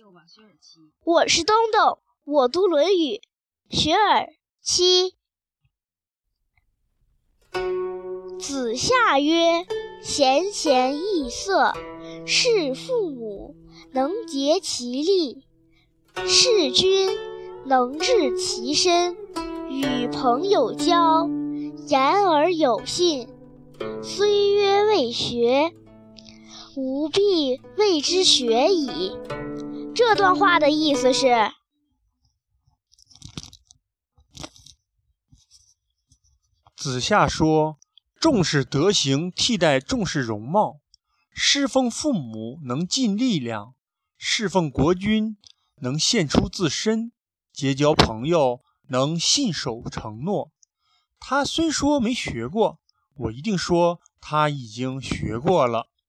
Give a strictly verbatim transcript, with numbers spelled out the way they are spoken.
我是东东，我读《论语》。学而七。子夏曰：贤贤易色，事父母能竭其力，事君能治其身，与朋友交，言而有信。虽曰未学，吾必谓之学矣。这段话的意思是， 子夏说，重视德行替代重视容貌，侍奉父母能尽力量，侍奉国君能献出自身，结交朋友能信守承诺。他虽说没学过，我一定说他已经学过了。